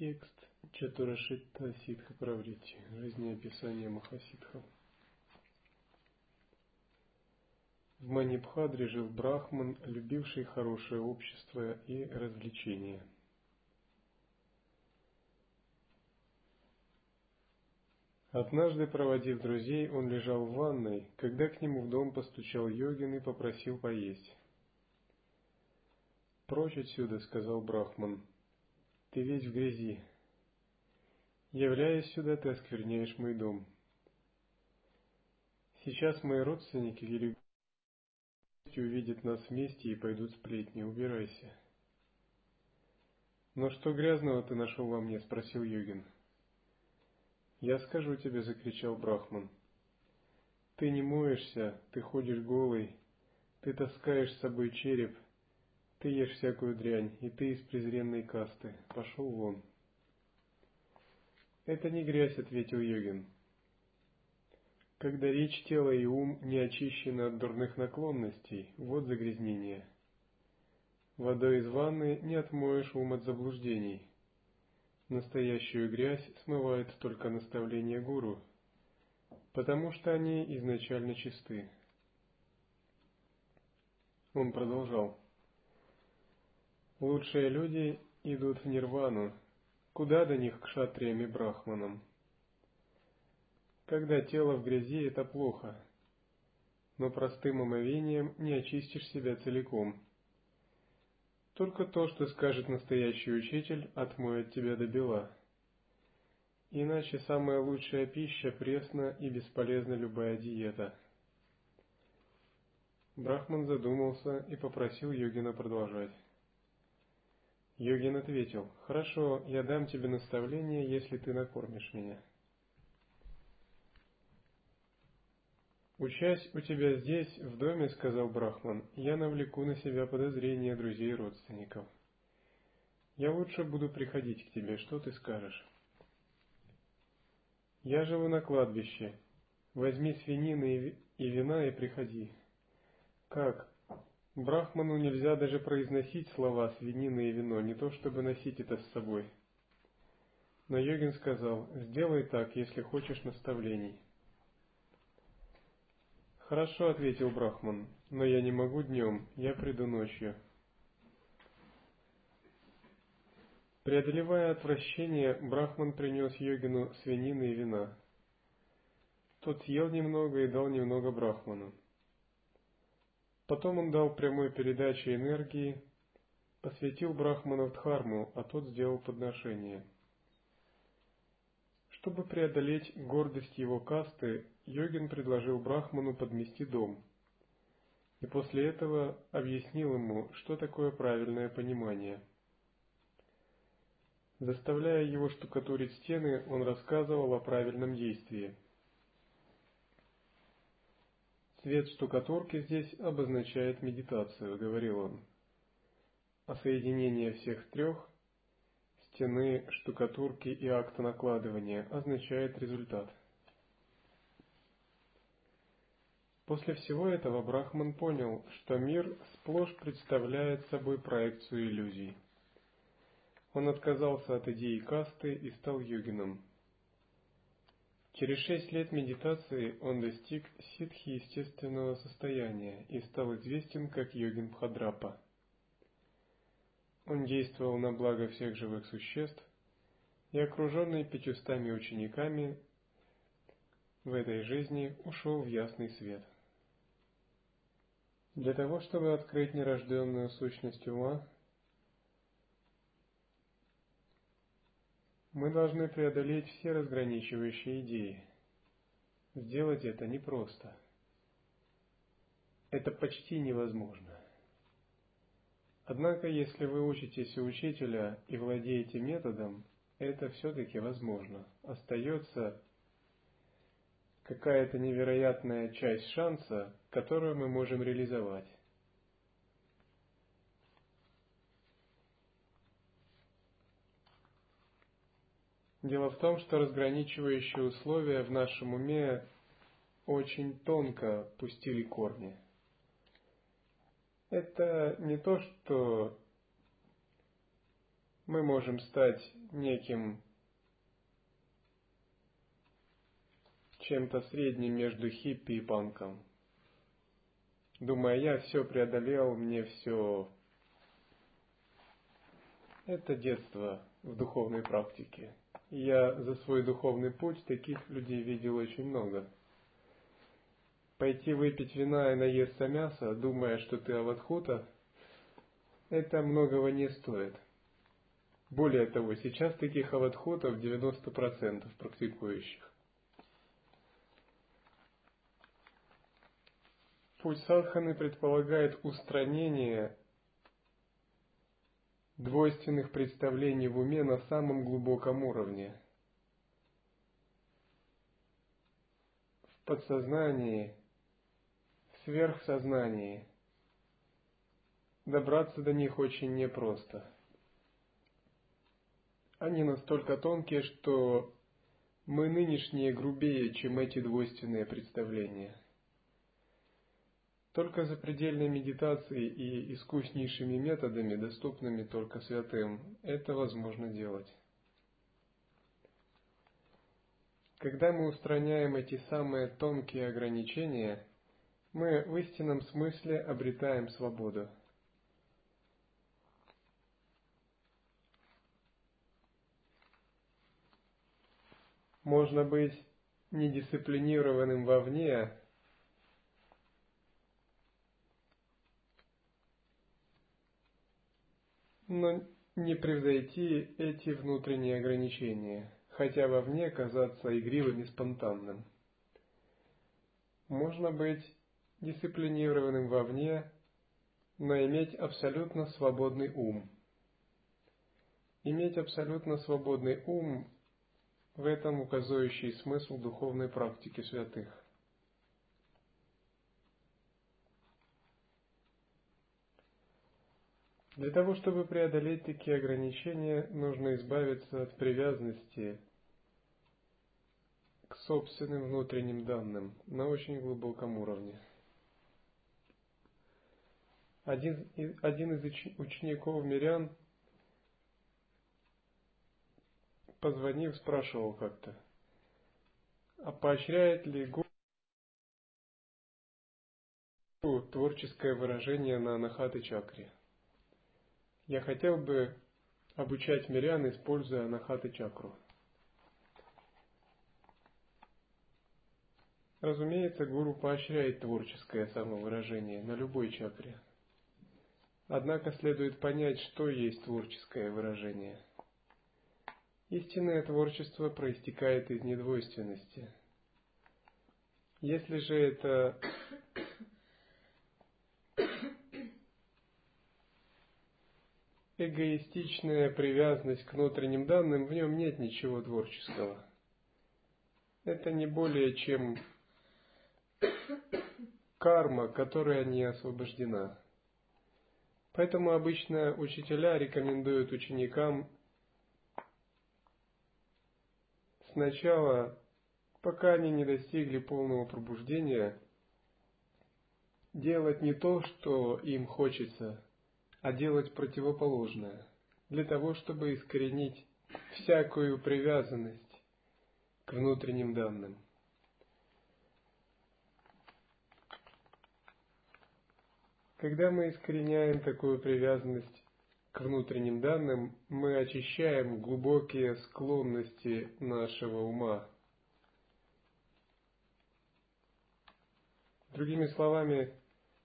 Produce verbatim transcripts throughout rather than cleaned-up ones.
Текст Чатурашитта Ситха Праврити. Жизнеописание Махасидхов. В Манипхадре жил брахман, любивший хорошее общество и развлечения. Однажды, проводив друзей, он лежал в ванной, когда к нему в дом постучал йогин и попросил поесть. «Прочь отсюда», — сказал брахман, — «ты весь в грязи. Являясь сюда, ты оскверняешь мой дом. Сейчас мои родственники или гости увидят нас вместе и пойдут сплетни. Убирайся». «Но что грязного ты нашел во мне?» — спросил йогин. «Я скажу тебе», — закричал брахман. «Ты не моешься, ты ходишь голый, ты таскаешь с собой череп, ты ешь всякую дрянь, и ты из презренной касты. Пошел вон». «Это не грязь», — ответил йогин. «Когда речь, тело и ум не очищены от дурных наклонностей, вот загрязнение. Водой из ванны не отмоешь ум от заблуждений. Настоящую грязь смывает только наставление гуру, потому что они изначально чисты». Он продолжал. «Лучшие люди идут в нирвану. Куда до них кшатриям и брахманам? Когда тело в грязи, это плохо, но простым омовением не очистишь себя целиком. Только то, что скажет настоящий учитель, отмоет тебя до бела. Иначе самая лучшая пища пресна и бесполезна любая диета». Брахман задумался и попросил йогина продолжать. Йогин ответил: «Хорошо, я дам тебе наставление, если ты накормишь меня». «Учась у тебя здесь, в доме, — сказал брахман, — я навлеку на себя подозрения друзей и родственников. Я лучше буду приходить к тебе, что ты скажешь?» «Я живу на кладбище. Возьми свинины и вина и приходи». «Как? Брахману нельзя даже произносить слова «свинина» и «вино», не то чтобы носить это с собой». Но йогин сказал: «Сделай так, если хочешь наставлений». «Хорошо, — ответил брахман, — но я не могу днем, я приду ночью». Преодолевая отвращение, брахман принес йогину свинины и вина. Тот съел немного и дал немного брахману. Потом он дал прямой передаче энергии, посвятил брахмана в дхарму, а тот сделал подношение. Чтобы преодолеть гордость его касты, йогин предложил брахману подмести дом, и после этого объяснил ему, что такое правильное понимание. Заставляя его штукатурить стены, он рассказывал о правильном действии. «Цвет штукатурки здесь обозначает медитацию», — говорил он, «а соединение всех трех — стены, штукатурки и акта накладывания — означает результат». После всего этого брахман понял, что мир сплошь представляет собой проекцию иллюзий. Он отказался от идеи касты и стал йогином. Через шесть лет медитации он достиг ситхи естественного состояния и стал известен как йогин Бхадрапа. Он действовал на благо всех живых существ и, окруженный пятьюстами учениками, в этой жизни ушел в ясный свет. Для того, чтобы открыть нерожденную сущность ума, мы должны преодолеть все разграничивающие идеи. Сделать это непросто. Это почти невозможно. Однако, если вы учитесь у учителя и владеете методом, это все-таки возможно. Остается какая-то невероятная часть шанса, которую мы можем реализовать. Дело в том, что разграничивающие условия в нашем уме очень тонко пустили корни. Это не то, что мы можем стать неким чем-то средним между хиппи и панком. Думая, я все преодолел, мне все... Это детство в духовной практике. И я за свой духовный путь таких людей видел очень много. Пойти выпить вина и наесться мяса, думая, что ты аватхута, это многого не стоит. Более того, сейчас таких аватхутов девяносто процентов практикующих. Путь садханы предполагает устранение двойственных представлений в уме на самом глубоком уровне. В подсознании, в сверхсознании. Добраться до них очень непросто. Они настолько тонкие, что мы нынешние грубее, чем эти двойственные представления. Только запредельной медитацией и искуснейшими методами, доступными только святым, это возможно делать. Когда мы устраняем эти самые тонкие ограничения, мы в истинном смысле обретаем свободу. Можно быть недисциплинированным вовне, но не превзойти эти внутренние ограничения, хотя вовне казаться игривым и спонтанным. Можно быть дисциплинированным вовне, но иметь абсолютно свободный ум. Иметь абсолютно свободный ум – в этом указывающий смысл духовной практики святых. Для того, чтобы преодолеть такие ограничения, нужно избавиться от привязанности к собственным внутренним данным на очень глубоком уровне. Один, один из учеников мирян, позвонив, спрашивал как-то, а поощряет ли гуру творческое выражение на анахата-чакре? Я хотел бы обучать мирян, используя анахата-чакру. Разумеется, гуру поощряет творческое самовыражение на любой чакре. Однако следует понять, что есть творческое выражение. Истинное творчество проистекает из недвойственности. Если же это эгоистичная привязанность к внутренним данным, в нем нет ничего творческого. Это не более чем карма, которая не освобождена. Поэтому обычно учителя рекомендуют ученикам сначала, пока они не достигли полного пробуждения, делать не то, что им хочется, а делать противоположное, для того, чтобы искоренить всякую привязанность к внутренним данным. Когда мы искореняем такую привязанность к внутренним данным, мы очищаем глубокие склонности нашего ума. Другими словами,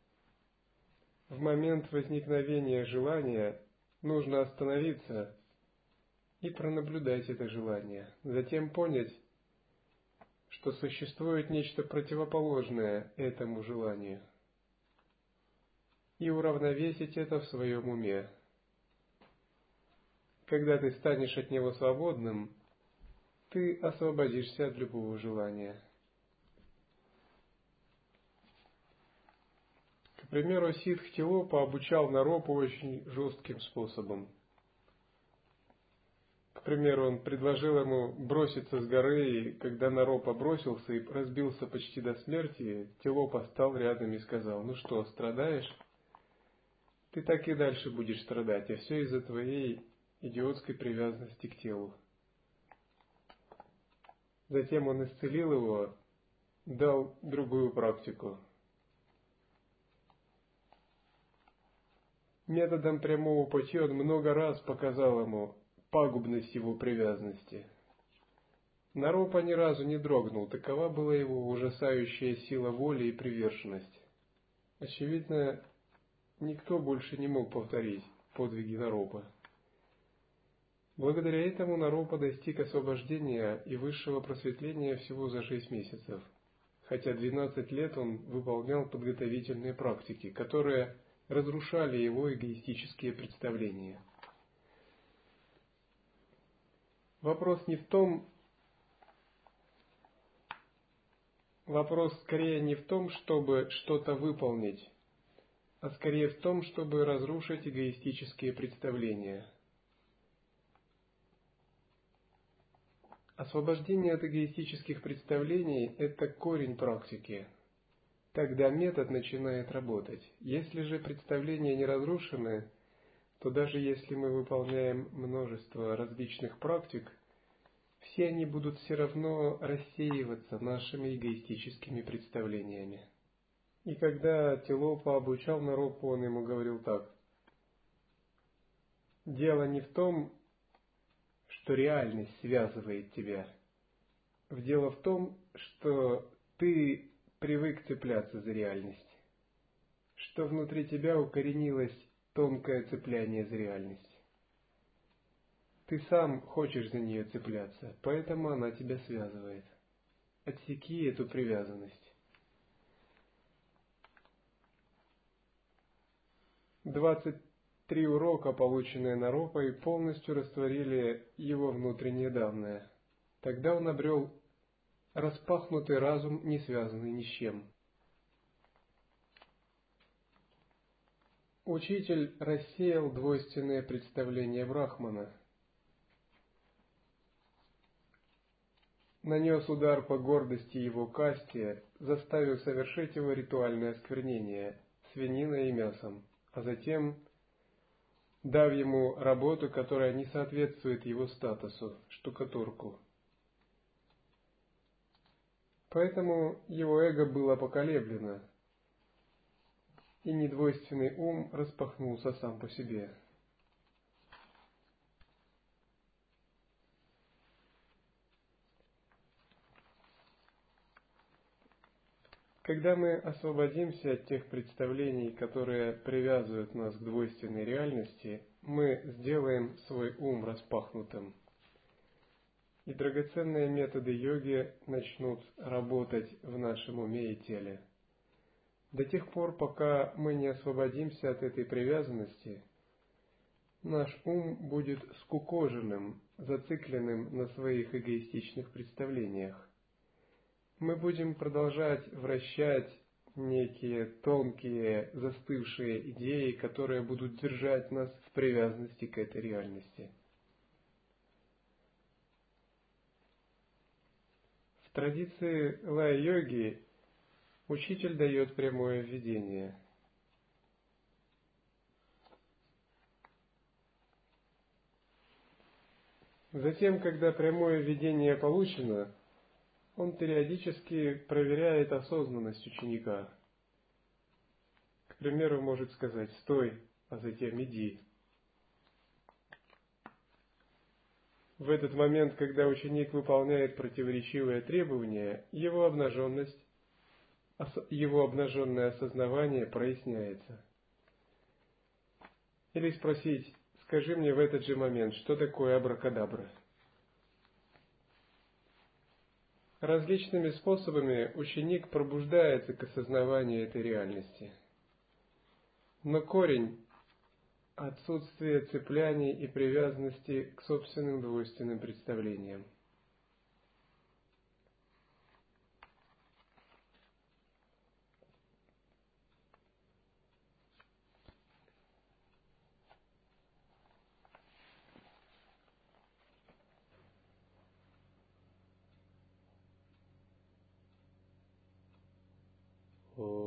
в момент возникновения желания нужно остановиться и пронаблюдать это желание, затем понять, что существует нечто противоположное этому желанию, и уравновесить это в своем уме. Когда ты станешь от него свободным, ты освободишься от любого желания. К примеру, Сиддх Тилопа обучал Наропу очень жестким способом. К примеру, он предложил ему броситься с горы, и когда Наропа бросился и разбился почти до смерти, Тилопа стал рядом и сказал: «Ну что, страдаешь? Ты так и дальше будешь страдать, а все из-за твоей идиотской привязанности к телу. Затем он исцелил его, дал другую практику. Методом прямого пути он много раз показал ему пагубность его привязанности. Наропа ни разу не дрогнул, такова была его ужасающая сила воли и приверженность. Очевидно, никто больше не мог повторить подвиги Наропа. Благодаря этому Наропа достиг освобождения и высшего просветления всего за шесть месяцев, хотя двенадцать лет он выполнял подготовительные практики, которые разрушали его эгоистические представления. Вопрос не в том, вопрос скорее не в том, чтобы что-то выполнить, а скорее в том, чтобы разрушить эгоистические представления. Освобождение от эгоистических представлений – это корень практики. Тогда метод начинает работать. Если же представления не разрушены, то даже если мы выполняем множество различных практик, все они будут все равно рассеиваться нашими эгоистическими представлениями. И когда Тилопа обучал Наропу, он ему говорил так: «Дело не в том, что реальность связывает тебя. Дело в том, что ты привык цепляться за реальность, что внутри тебя укоренилось тонкое цепляние за реальность. Ты сам хочешь за нее цепляться, поэтому она тебя связывает. Отсеки эту привязанность». Двадцать три урока, полученные Наропой, полностью растворили его внутреннее данное. Тогда он обрел распахнутый разум, не связанный ни с чем. Учитель рассеял двойственное представление Брахмана, нанес удар по гордости его касте, заставив совершить его ритуальное осквернение свининой и мясом, а затем дав ему работу, которая не соответствует его статусу, штукатурку. Поэтому его эго было поколеблено, и недвойственный ум распахнулся сам по себе. Когда мы освободимся от тех представлений, которые привязывают нас к двойственной реальности, мы сделаем свой ум распахнутым. И драгоценные методы йоги начнут работать в нашем уме и теле. До тех пор, пока мы не освободимся от этой привязанности, наш ум будет скукоженным, зацикленным на своих эгоистичных представлениях. Мы будем продолжать вращать некие тонкие, застывшие идеи, которые будут держать нас в привязанности к этой реальности. В традиции лая-йоги учитель дает прямое введение. Затем, когда прямое введение получено, он периодически проверяет осознанность ученика. К примеру, может сказать «стой», а затем «иди». В этот момент, когда ученик выполняет противоречивые требования, его обнаженность, его обнаженное осознавание проясняется. Или спросить: «Скажи мне в этот же момент, что такое абракадабра?» Различными способами ученик пробуждается к осознаванию этой реальности. Но корень – отсутствие цепляний и привязанности к собственным двойственным представлениям. О